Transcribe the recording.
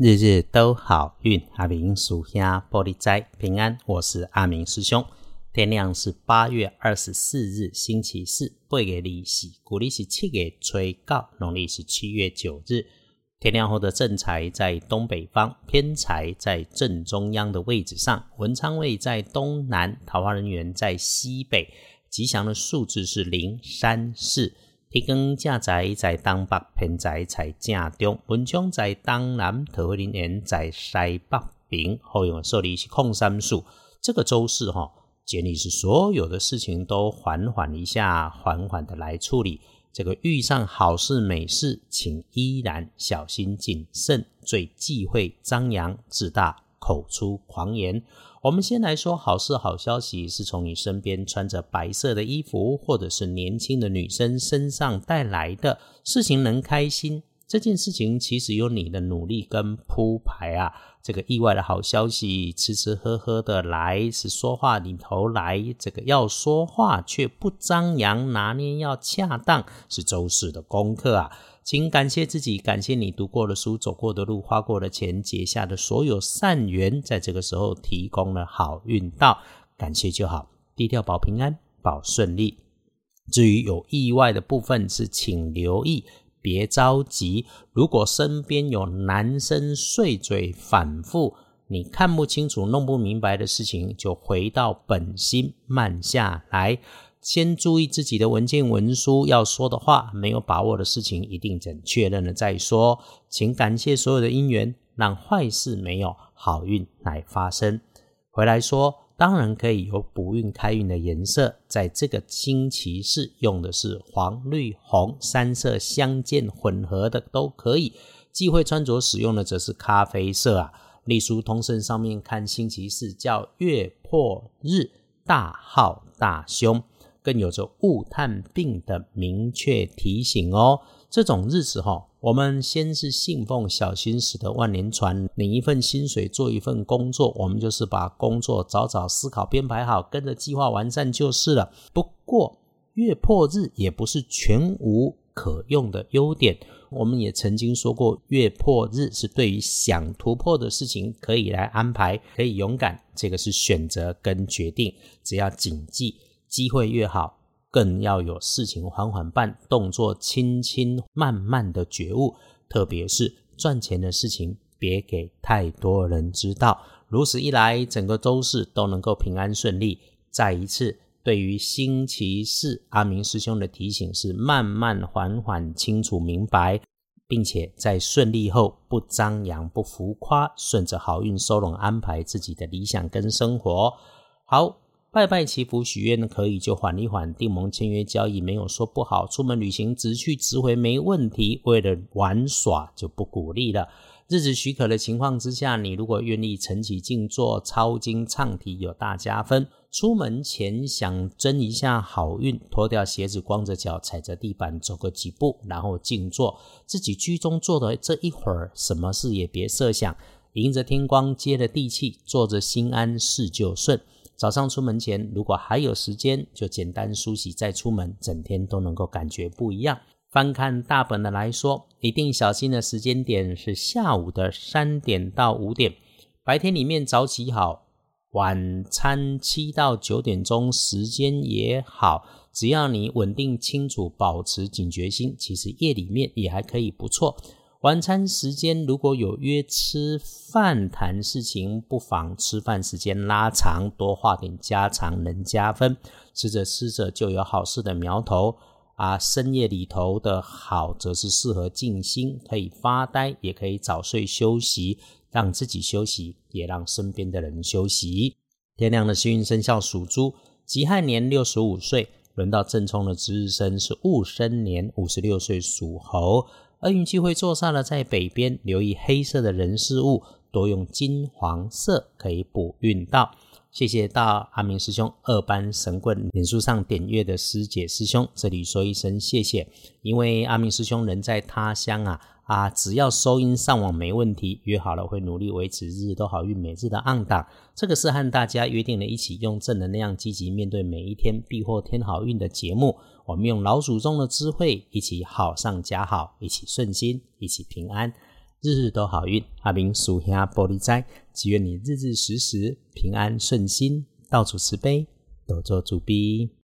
日日都好运，阿明属下玻璃斋平安，我是阿明师兄。天亮是8月24日星期四，8月24，古历是7月初9，农历是7月9日。天亮后的正财在东北方，偏财在正中央的位置上，文昌位在东南，桃花人缘在西北，吉祥的数字是0、3、4。天光正财在东北，偏财在正中，文昌在东南，桃花人缘在西北边，后用的受力是03数。这个周四建议是所有的事情都缓缓一下，缓缓的来处理。这个遇上好事美事，请依然小心谨慎，最忌讳张扬自大，口出狂言。我们先来说好事好消息，是从你身边穿着白色的衣服，或者是年轻的女生身上带来的。事情能开心，这件事情其实有你的努力跟铺排啊。这个意外的好消息，吃吃喝喝的来，是说话里头来，这个要说话却不张扬，拿捏要恰当，是周四的功课啊。请感谢自己，感谢你读过的书，走过的路，花过的钱，结下的所有善缘，在这个时候提供了好运道，感谢就好，低调保平安，保顺利。至于有意外的部分，是请留意，别着急。如果身边有男生碎嘴反复，你看不清楚弄不明白的事情，就回到本心，慢下来，先注意自己的文件文书，要说的话，没有把握的事情一定等确认了再说。请感谢所有的因缘，让坏事没有，好运来发生。回来说，当然可以有补运开运的颜色，在这个星期四用的是黄绿红三色相间混合的都可以，忌讳穿着使用的则是咖啡色啊。隶书通胜上面看星期四叫月破日，大好大凶，更有着勿探病的明确提醒哦。这种日子我们先是信奉小心驶得万年船，领一份薪水做一份工作，我们就是把工作早早思考编排好，跟着计划完善就是了。不过月破日也不是全无可用的优点，我们也曾经说过，月破日是对于想突破的事情可以来安排，可以勇敢，这个是选择跟决定，只要谨记机会越好，更要有事情缓缓办，动作轻轻慢慢的觉悟，特别是赚钱的事情别给太多人知道。如此一来，整个周四都能够平安顺利。再一次，对于星期四，阿明师兄的提醒是慢慢缓缓清楚明白，并且在顺利后不张扬不浮夸，顺着好运收拢安排自己的理想跟生活。好，拜拜祈福许愿可以就缓一缓，订盟签约交易没有说不好，出门旅行直去直回没问题，为了玩耍就不鼓励了。日子许可的情况之下，你如果愿意晨起静坐抄经唱题有大加分。出门前想争一下好运，脱掉鞋子光着脚踩着地板走个几步，然后静坐，自己居中坐的这一会儿什么事也别设想，迎着天光接了地气，坐着心安事就顺。早上出门前如果还有时间，就简单梳洗再出门，整天都能够感觉不一样。翻看大本的来说，一定小心的时间点是下午的3点到5点，白天里面早起好，晚餐7到9点钟时间也好，只要你稳定清楚，保持警觉心，其实夜里面也还可以不错。晚餐时间如果有约吃饭谈事情，不妨吃饭时间拉长，多话点家常能加分，吃着吃着就有好事的苗头啊。深夜里头的好则是适合静心，可以发呆，也可以早睡休息，让自己休息，也让身边的人休息。天亮的幸运生肖属猪，己亥年65岁，轮到正冲的值日生是戊申年56岁属猴。厄运机会坐煞了在北边，留意黑色的人事物，多用金黄色可以补运到。谢谢到阿明师兄2班神棍脸书上点阅的师姐师兄，这里说一声谢谢。因为阿明师兄人在他乡只要收音上网没问题，约好了会努力维持日日都好运每日的on档。这个是和大家约定了一起用正能量积极面对每一天，必获天好运的节目。我们用老祖宗的智慧，一起好上加好，一起顺心，一起平安。 日日都好运，阿明属兄玻璃斋，祈愿你日日时时平安顺心，到处慈悲，多做主逼。